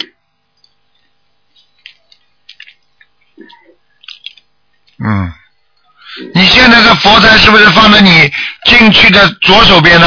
嗯。你现在的佛台是不是放在你进去的左手边呢？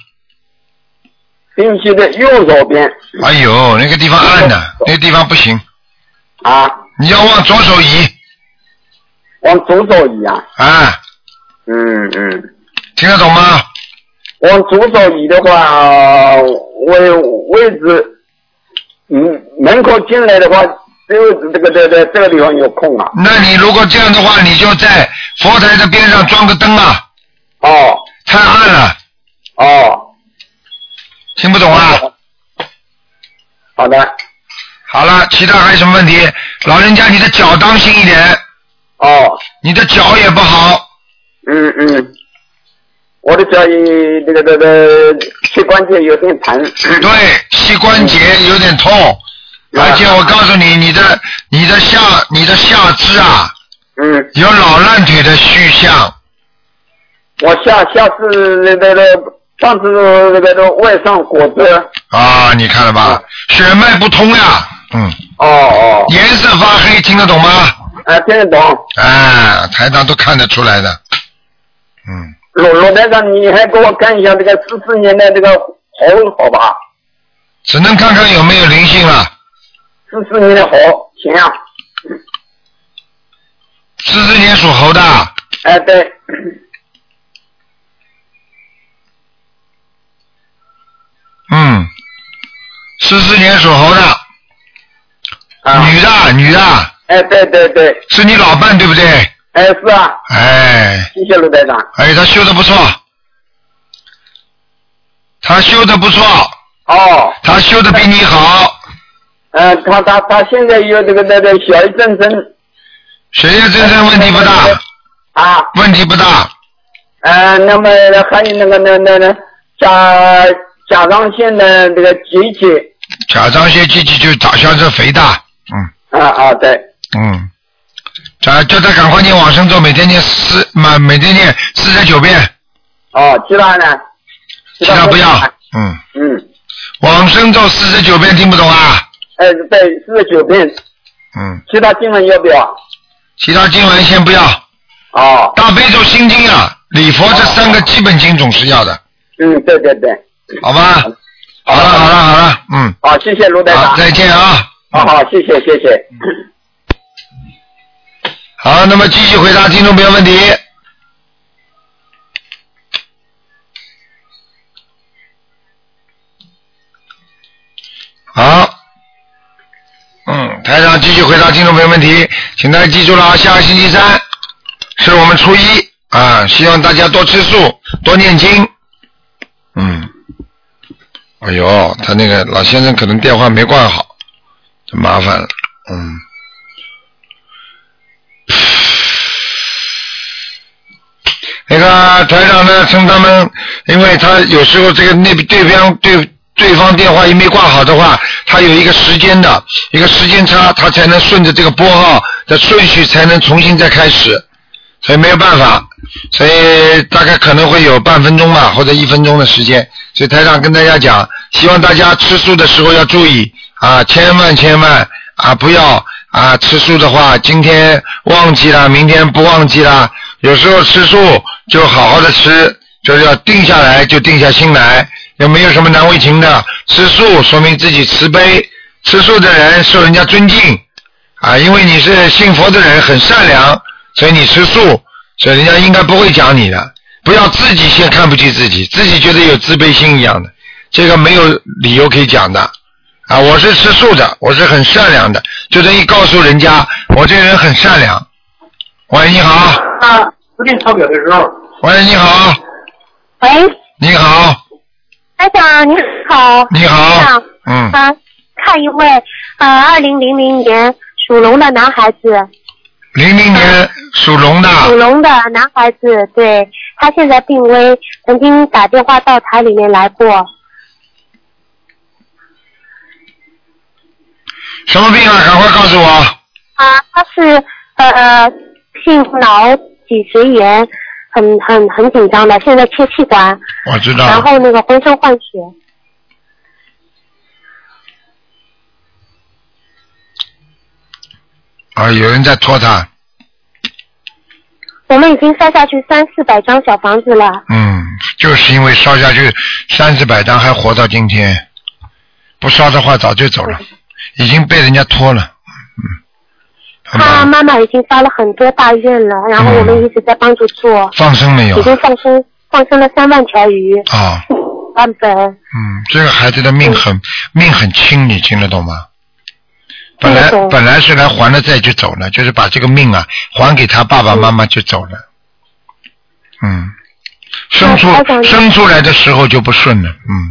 进去的右手边。 哎呦，那个地方暗的，那个地方不行。 啊。 你要往左手移。 往左手移啊。 啊。 嗯嗯。听得懂吗？ 往左手移的话，位位置，嗯，门口进来的话，只有这个这个这个地方有空啊。 那你如果这样的话，你就在佛台的边上装个灯啊。 哦。 太暗了。 哦。 听不懂啊？ 好的。 好了，其他还有什么问题？老人家，你的脚当心一点。 哦。 你的脚也不好。 嗯嗯。我的脚也这个这个膝关节有点疼。 对，膝关节有点痛，嗯、而且我告诉你，你的你的下你的下肢啊， 嗯， 有老烂腿的虚象。 我下下次那个那上次那个那外伤骨折。 啊，你看了吧？血脉不通呀，嗯。 哦哦。 颜色发黑，听得懂吗？ 啊，听得懂。 啊，台长都看得出来的，嗯。 罗罗台长，你还给我看一下这个四四年的这个猴，好吧？ 只能看看有没有灵性了。 四四年的猴，行啊。 四四年属猴的。 哎，对。 嗯，四四年属猴的。啊。女的，女的。 哎，对对对。 是你老伴对不对？ 哎，是啊。 哎。 谢谢卢台长。 哎，他修的不错。他修的不错。 哦。 他修的比你好。 嗯、呃，他他他现在有这个那个小叶增生。 血液增生问题不大。 啊。 问题不大。 呃，那么还有那个那那那甲甲状腺的这个机器。 甲状腺机器就好像是肥大。嗯。 啊啊，对。 嗯。叫叫他赶快念往生咒，每天念四，每每天念四十九遍。 哦，其他呢？ 其他不要。嗯。 嗯。 往生咒四十九遍听不懂啊？ 哎，对，四十九遍。 嗯。 其他经文要不要？ 其他经文先不要。 哦。 大悲咒、心经啊，礼佛这三个基本经总是要的。 嗯，对对对。 好吧。好了好了好了，嗯。 好，谢谢卢台长。 再见啊。 好好，谢谢谢谢。 好，那么继续回答听众朋友问题。好，嗯，台长继续回答听众朋友问题，请大家记住了啊，下个星期三是我们初一啊，希望大家多吃素，多念经。嗯，哎呦，他那个老先生可能电话没挂好，就麻烦了，嗯。 那个台长呢，称他们，因为他有时候这个那对方对对方电话一没挂好的话，他有一个时间的一个时间差，他才能顺着这个拨号的顺序才能重新再开始，所以没有办法，所以大概可能会有半分钟吧，或者一分钟的时间。所以台长跟大家讲，希望大家吃素的时候要注意啊，千万千万啊不要啊吃素的话，今天忘记了，明天不忘记了。有时候吃素就好好的吃，就是要定下来就定下心来，又没有什么难为情的。吃素说明自己慈悲，吃素的人受人家尊敬啊，因为你是信佛的人，很善良，所以你吃素，所以人家应该不会讲你的。不要自己先看不起自己，自己觉得有自卑心一样的，这个没有理由可以讲的啊！我是吃素的，我是很善良的，就等于告诉人家我这个人很善良。喂，你好。 啊，不给你抄表的时候。 喂，你好。 喂。 你好。 台长，你好。 你好。 台长。 嗯。 啊，看一位呃，二零零零年属龙的男孩子。 零零年属龙的。 属龙的男孩子，对，他现在病危，曾经打电话到台里面来过。 什么病啊？赶快告诉我。 啊，他是呃性脑脊髓炎，很很很紧张的，现在切气管。 我知道。 然后那个浑身换血。 啊，有人在拖他。 我们已经烧下去三四百张小房子了。 嗯，就是因为烧下去三四百张还活到今天，不烧的话早就走了，已经被人家拖了。嗯。 他妈妈已经发了很多大愿了，然后我们一直在帮助做。 嗯、放生没有？ 已经放生放生了三万条鱼。 啊。 万本。 嗯，这个孩子的命很、嗯、命很轻，你听得懂吗？本来本来是来还了债就走了，就是把这个命啊还给他爸爸妈妈就走了。嗯，生出生出来的时候就不顺了，嗯。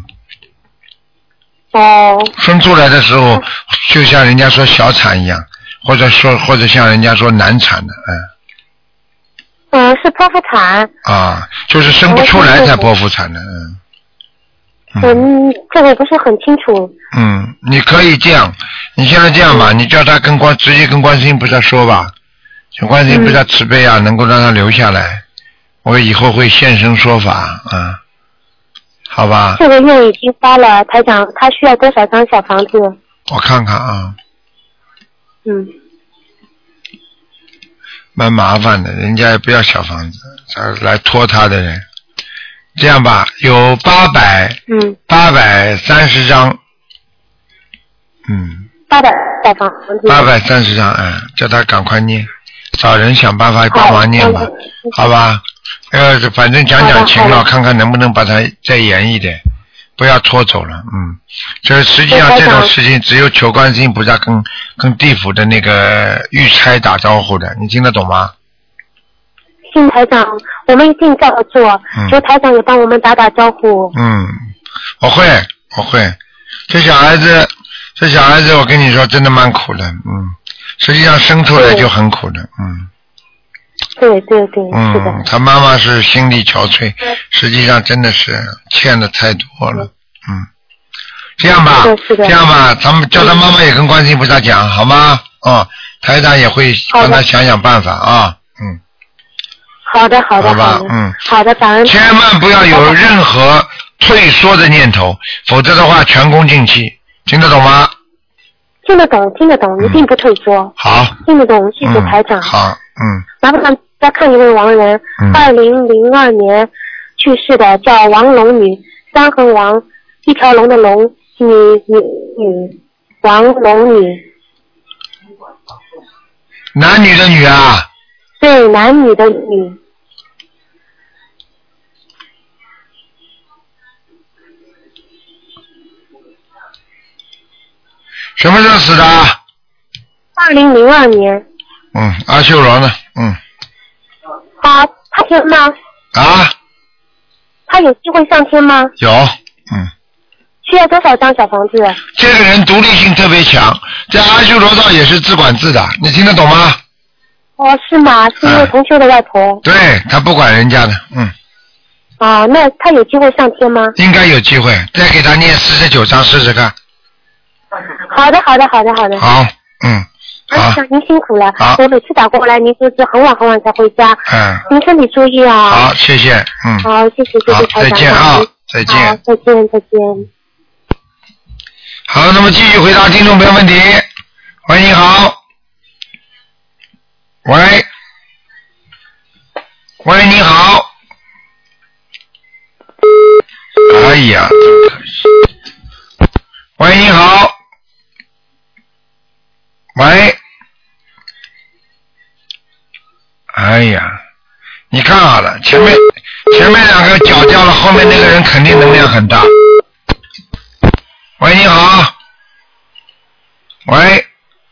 哦。 生出来的时候就像人家说小产一样，或者说或者像人家说难产的，嗯。 嗯，是剖腹产。 啊，就是生不出来才剖腹产的，嗯。 嗯，这个不是很清楚。 嗯，你可以这样，你现在这样吧，你叫他跟观直接跟观世音菩萨说吧，请观世音菩萨慈悲啊，嗯、能够让他留下来，我以后会现身说法啊，好吧？ 这个愿已经发了，台长，他需要多少张小房子？ 我看看啊。 嗯。 蛮麻烦的，人家也不要小房子，来拖他的人。这样吧，有八百， 嗯， 八百三十张，嗯， 八百小房子， 八百三十张，嗯，叫他赶快念，找人想办法帮忙念吧，好吧？呃，反正讲讲情了，看看能不能把它再严一点，不要拖走了，嗯，这实际上这种事情只有求观世音菩萨跟跟地府的那个御差打招呼的，你听得懂吗？ 信台长，我们一定照做。 嗯、 求台长也帮我们打打招呼。 嗯，我会，我会。这小孩子，这小孩子，我跟你说，真的蛮苦的。嗯，实际上生出来就很苦的。嗯。 对对对。 嗯， 是的。 他妈妈是心力憔悴，实际上真的是欠的太多了。嗯。这样吧，这样吧，咱们叫他妈妈也跟观世音菩萨讲，好吗？哦，台长也会帮他想想办法啊。嗯。 好的，好的， 好吧，嗯， 好的，感恩。 千万不要有任何退缩的念头，否则的话前功尽弃，听得懂吗？ 听得懂，听得懂，一定不退缩。 好。 听得懂，谢谢台长。 嗯、好，嗯。 麻烦再看一位亡人，二零零二年去世的，叫王龙女，三横王，一条龙的龙，女女女，王龙女。 男女的女啊？ 对，男女的女。 什么时候死的？ 二零零二年。 嗯，阿修罗呢？嗯。 啊，他天吗？ 啊？ 他有机会上天吗？ 有，嗯。 需要多少张小房子？ 这个人独立性特别强，在阿修罗道也是自管自的，你听得懂吗？ 哦，是吗？是因为同修的外婆。 对，他不管人家的，嗯。 啊，那他有机会上天吗？ 应该有机会，再给他念四十九章试试看。 好的，好的，好的，好的。 好，嗯。 啊，您辛苦了。 好。 我每次打过来，您都是很晚很晚才回家。 嗯。 您身体注意啊。 好，谢谢，嗯。 好，谢谢，谢谢台长。 再见啊，再见。 好，再见，再见。 好，那么继续回答听众朋友问题。喂，你好。喂。喂，你好。哎呀，真可惜。喂，你好。喂。哎呀，你看好了，前面前面两个脚掉了，后面那个人肯定能量很大。喂，你好。喂。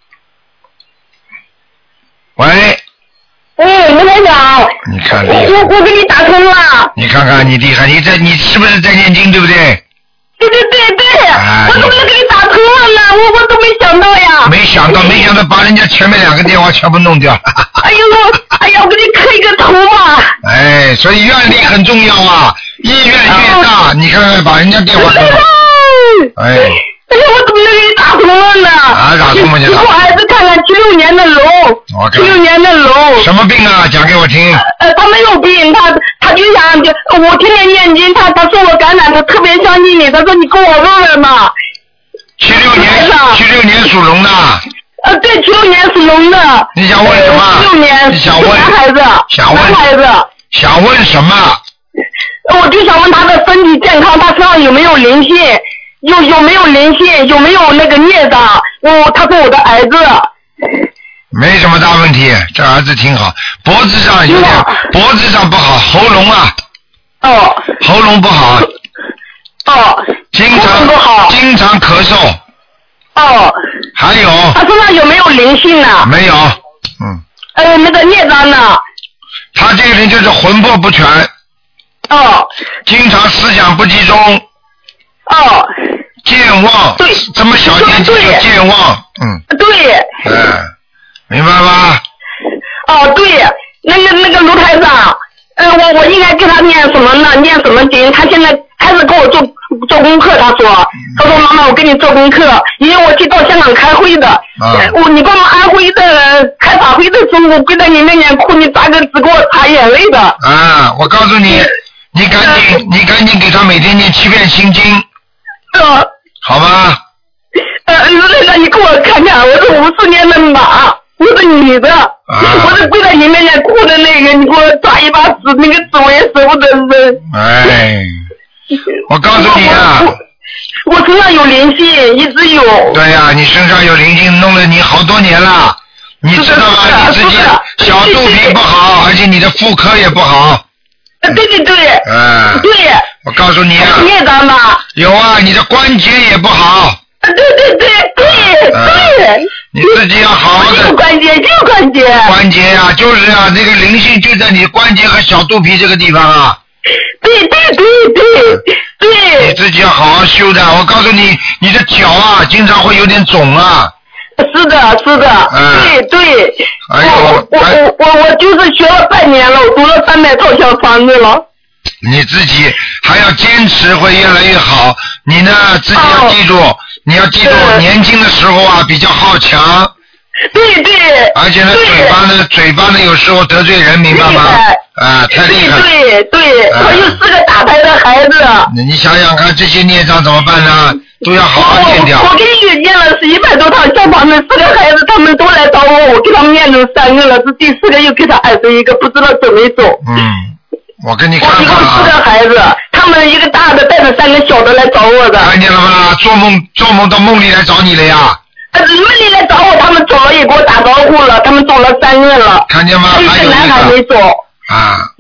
喂。 哎，卢台长。 你看， 我我给你打通了。 你看看你厉害，你在你是不是在念经，对不对？ 对对对对， 哎、 我怎么能给你打通了呢？我我都没想到呀。 没想到，没想到把人家前面两个电话全部弄掉。 哎呦，哎呀，我给你磕一个头嘛。 哎，所以愿力很重要啊，意愿越大，哦、你看看把人家电话弄掉。哎。 哎呀，我怎么能给你打通了呢？ 啊，打通了就打。 我儿子看看七六年的龙，七六年的龙。 什么病啊？讲给我听。 呃，他没有病，他他就想就我天天念经，他他说我感染，他特别相信你，他说你跟我问问嘛。 七六年，七六年属龙的。 呃，对，七六年属龙的。 你想问什么？ 七六年。 你想问？ 男孩子。 想问。 男孩子。 想问什么？ 我就想问他的身体健康，他身上有没有灵性？有有没有灵性？有没有那个孽障？我他是我的儿子。 没什么大问题，这儿子挺好，脖子上有点，脖子上不好，喉咙啊。 哦。 喉咙不好。 哦。 经常不好。 经常咳嗽。 哦。 还有。 他身上有没有灵性呢？ 没有。嗯。 呃，那个孽障呢？ 他这个人就是魂魄不全。 哦。 经常思想不集中。 哦。 健忘。 对。 这么小年纪就健忘。嗯。 对。 嗯。明白吗？ 哦，对，那个那个卢台长，呃，我我应该给他念什么呢？念什么经？他现在开始给我做做功课，他说，他说妈妈，我给你做功课，因为我去到香港开会的， 啊、 我你帮我安徽的开法会的时候，我跪在你面前哭，你咋个只给我擦眼泪的？ 啊，我告诉你，你赶紧、呃、你赶紧给他每天念七遍心经， 呃， 好吗？ 呃，卢台长，你给我看看，我是五四年的马。我是女的，啊、我是跪在你面前哭的那个，你给我抓一把纸，那个纸我也舍不得扔。 哎，我告诉你啊， 我, 我, 我身上有灵性，一直有。 对呀、啊，你身上有灵性，弄了你好多年了，你知道吗？你自己小肚皮不好，而且你的妇科也不好。 对对对。 嗯。 对。 我告诉你啊。 你也长吧？ 有啊，你的关节也不好。 对对对对对。 你自己要好好的。 就关节，就关节。 关节啊，就是啊，那个灵性就在你关节和小肚皮这个地方啊。 对对对对对。 你自己要好好修的，我告诉你，你的脚啊，经常会有点肿啊。 是的，是的。嗯。对对。 哎呦， 我我我我我就是学了半年了，我读了三百套小房子了。 你自己还要坚持，会越来越好。你呢，自己要记住。哦，你要记住，年轻的时候啊，比较好强。 对对。 而且呢，嘴巴呢，嘴巴呢，有时候得罪人，明白吗？啊，太厉害了。 对对，我有四个打牌的孩子。 你想想看，这些孽障怎么办呢？都要好好念掉。 我我给你念了是一百多套小房子，四个孩子他们都来找我，我给他们念成三个了，这第四个又给他挨着一个，不知道走没走。 嗯。我跟你看看啊。 我一共四个孩子，他们一个大的带着三个小的来找我的。 看见了吗？做梦做梦到梦里来找你了呀。 呃，梦里来找我，他们走了也给我打招呼了，他们走了三个了。 看见吗？ 还有一个男孩没走。 啊。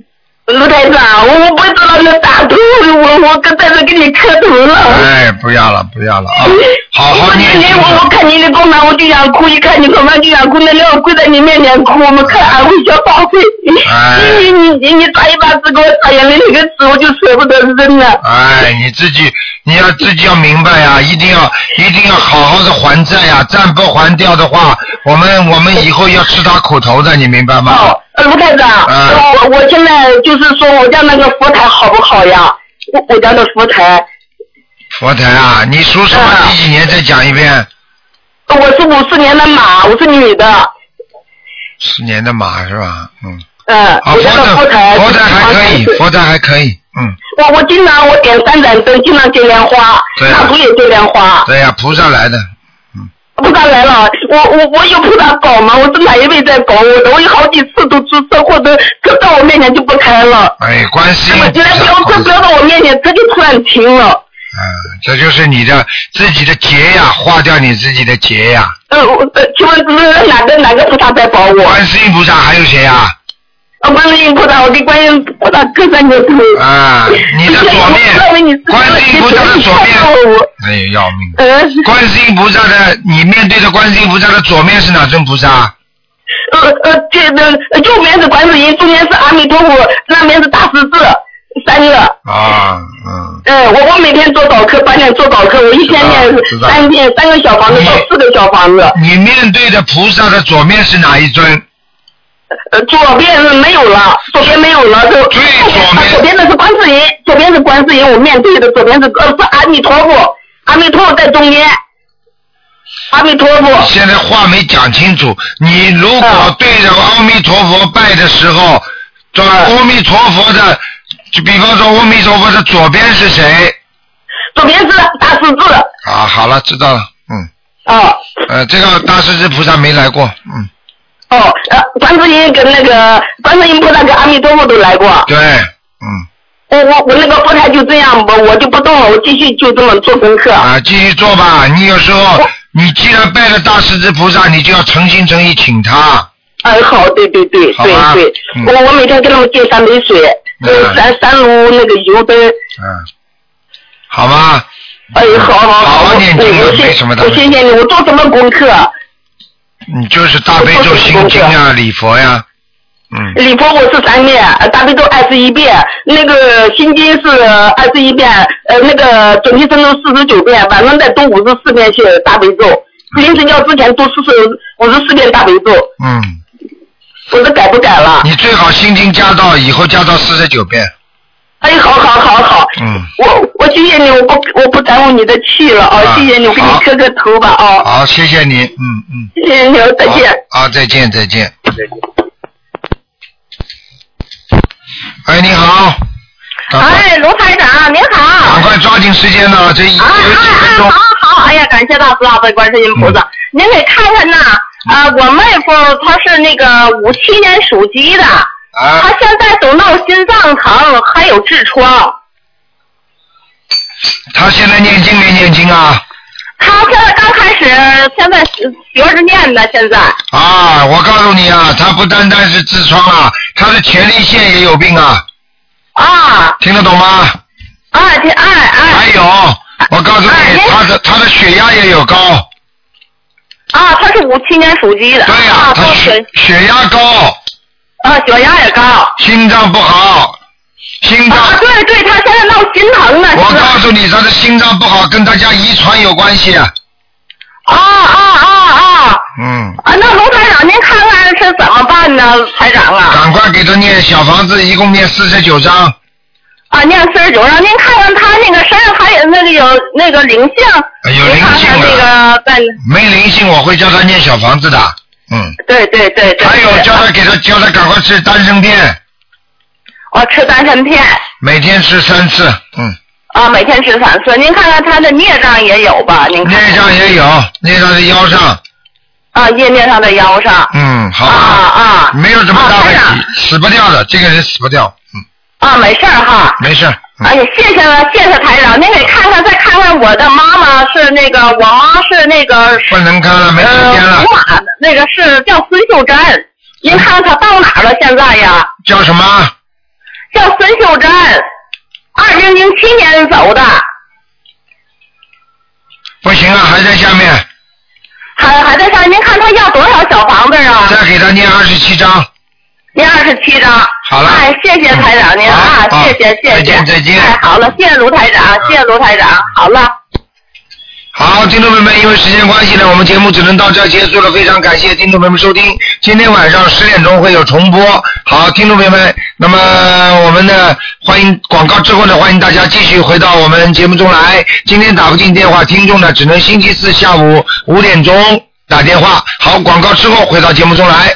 卢台长，我我不知道能打通，我我跟在这给你磕头了。 哎，不要了，不要了啊！好好念经。 我我看你的功能我就想哭，一看你功能就想哭，那天我跪在你面前哭，我们看安慰小宝贝。 哎。 你你你你抓一把纸给我擦眼泪，那个纸我就舍不得扔了。 哎，你自己你要自己要明白呀，一定要一定要好好的还债呀，债不还掉的话，我们我们以后要吃他苦头的，你明白吗？ 哦，呃，卢台长， 嗯、 我我现在就是说我家那个佛台好不好呀？我我家的佛台。 佛台啊，你属什么？ 嗯、 几几年？再讲一遍。 我是五四年的马，我是女的。 四年的马是吧？嗯。 嗯。 啊，佛台佛台佛台还可以，佛台还可以，嗯。 我我经常我点三盏灯，经常接莲花，蜡烛也接莲花。 对呀、啊，菩萨来的。 菩萨来了，我我我有菩萨保吗？我是哪一位在保我的？我有好几次都出车祸的，车到我面前就不开了。 哎，观世音菩萨。 来飙车飙到我面前，它就突然停了。 嗯，这就是你的自己的劫呀，化掉你自己的劫呀。 呃，呃，请问是哪个哪个菩萨在保我？ 观世音菩萨还有谁呀？ 啊，观世音菩萨，我给观世音菩萨磕三个头。 啊，你的左面，观世音菩萨的左面，哎呦要命！ 呃， 观世音菩萨的，你面对着观世音菩萨的左面是哪尊菩萨？ 呃呃，这个右面是观世音，中间是阿弥陀佛，那边是大势至，三个。 啊，嗯。 嗯，我我每天做早课，八点做早课，我一天念三遍三个小房子到四个小房子。 你面对的菩萨的左面是哪一尊？ 呃，左边是没有了，左边没有了，就最左面， 左边的是观世音，左边是观世音，我面对的左边是呃是阿弥陀佛，阿弥陀佛在中间，阿弥陀佛。 现在话没讲清楚，你如果对着阿弥陀佛拜的时候，这阿弥陀佛的，就比方说阿弥陀佛的左边是谁？ 左边是大势至。 啊，好了，知道了， 嗯。哦。 呃，这个大势至菩萨没来过，嗯。 哦，呃，观世音跟那个观世音菩萨跟阿弥陀佛都来过。 对，嗯。 我我我那个佛台就这样，我我就不动了，我继续就这么做功课。 啊，继续做吧。你有时候，你既然拜了大势至菩萨，你就要诚心诚意请他。 哎，好，对对对对对，嗯、我我每天给他们接三杯水，嗯、三三炉那个油灯。 嗯。好吗？ 哎，好好好， 好好念经我没什么的。 我谢谢你，我做什么功课？ 你就是大悲咒心经啊，礼佛呀，嗯。 礼佛我是三遍，大悲咒二十一遍，那个心经是二十一遍，呃，那个准提神咒四十九遍，晚上再读五十四遍去大悲咒，临睡觉之前读四十五十四遍大悲咒。 嗯。 我这改不改了？ 你最好心经加到以后加到四十九遍。 哎，好好好好。 嗯。 我我谢谢你，我不我不耽误你的气了哦，啊、谢谢你，我给你磕个头吧哦。 好，谢谢你，嗯嗯。 谢谢你，再见。 好，再见再见。再见。哎，你好。 哎，卢台长，您好。 赶快抓紧时间呢，这一啊有几分钟。 好好好，哎呀，感谢大慈大悲观世音菩萨。嗯、您给看看呐，啊、呃，我妹夫他是那个五七年属鸡的。啊、他现在总闹心脏疼，还有痔疮。 他现在念经没念经啊？ 他现在刚开始，现在学着念的，现在。 啊，我告诉你啊，他不单单是痔疮啊，他的前列腺也有病啊。 啊。 听得懂吗？ 哎，听哎哎。 还有，我告诉你，哎、他的他的血压也有高。 啊，他是五七年属鸡的。 对呀、啊，他血血压高。 啊，血压也高， 心脏不好，心脏。 啊，对对，他现在闹心疼呢。 我告诉你，他的心脏不好，跟他家遗传有关系。啊啊啊啊！ 嗯。 啊，那卢台长，您看看是怎么办呢？台长啊。 赶快给他念小房子，一共念四十九章。 啊，念四十九章，您看看他那个身上还有那个有那个灵性。 有灵性的。那个在。 没灵性，我会叫他念小房子的。嗯， 对对对对。 还有叫他给他叫他赶快吃丹参片。 哦，吃丹参片。 每天吃三次，嗯。 啊，每天吃三次，您看看他的孽障也有吧？您看看。 孽障也有，孽障在腰上。 啊，业孽上的腰上。 嗯，好吧。 啊啊。 没有什么大问题，啊、死不掉的，这个人死不掉，嗯。 啊，没事儿哈。 没事。 嗯、哎呀，谢谢了，谢谢台长。您给看看，再看看我的妈妈是那个，我妈是那个。 不能看了，没时间了。 呃，属马的那个是叫孙秀珍，您看她到哪儿了？现在呀？ 叫什么？ 叫孙秀珍，二零零七年走的。 不行啊，还在下面。 还还在上，您看他要多少小房子啊？ 再给他念二十七章。 念二十七章。 好了。 哎，谢谢台长您啊，谢谢谢谢。 再见再见。 哎，好了，谢谢卢台长，谢谢卢台长，好了。 好，听众朋友们，因为时间关系呢，我们节目只能到这儿结束了。非常感谢听众朋友们收听，今天晚上十点钟会有重播。好，听众朋友们，那么我们呢，欢迎广告之后呢，欢迎大家继续回到我们节目中来。今天打不进电话，听众呢只能星期四下午五点钟打电话。好，广告之后回到节目中来。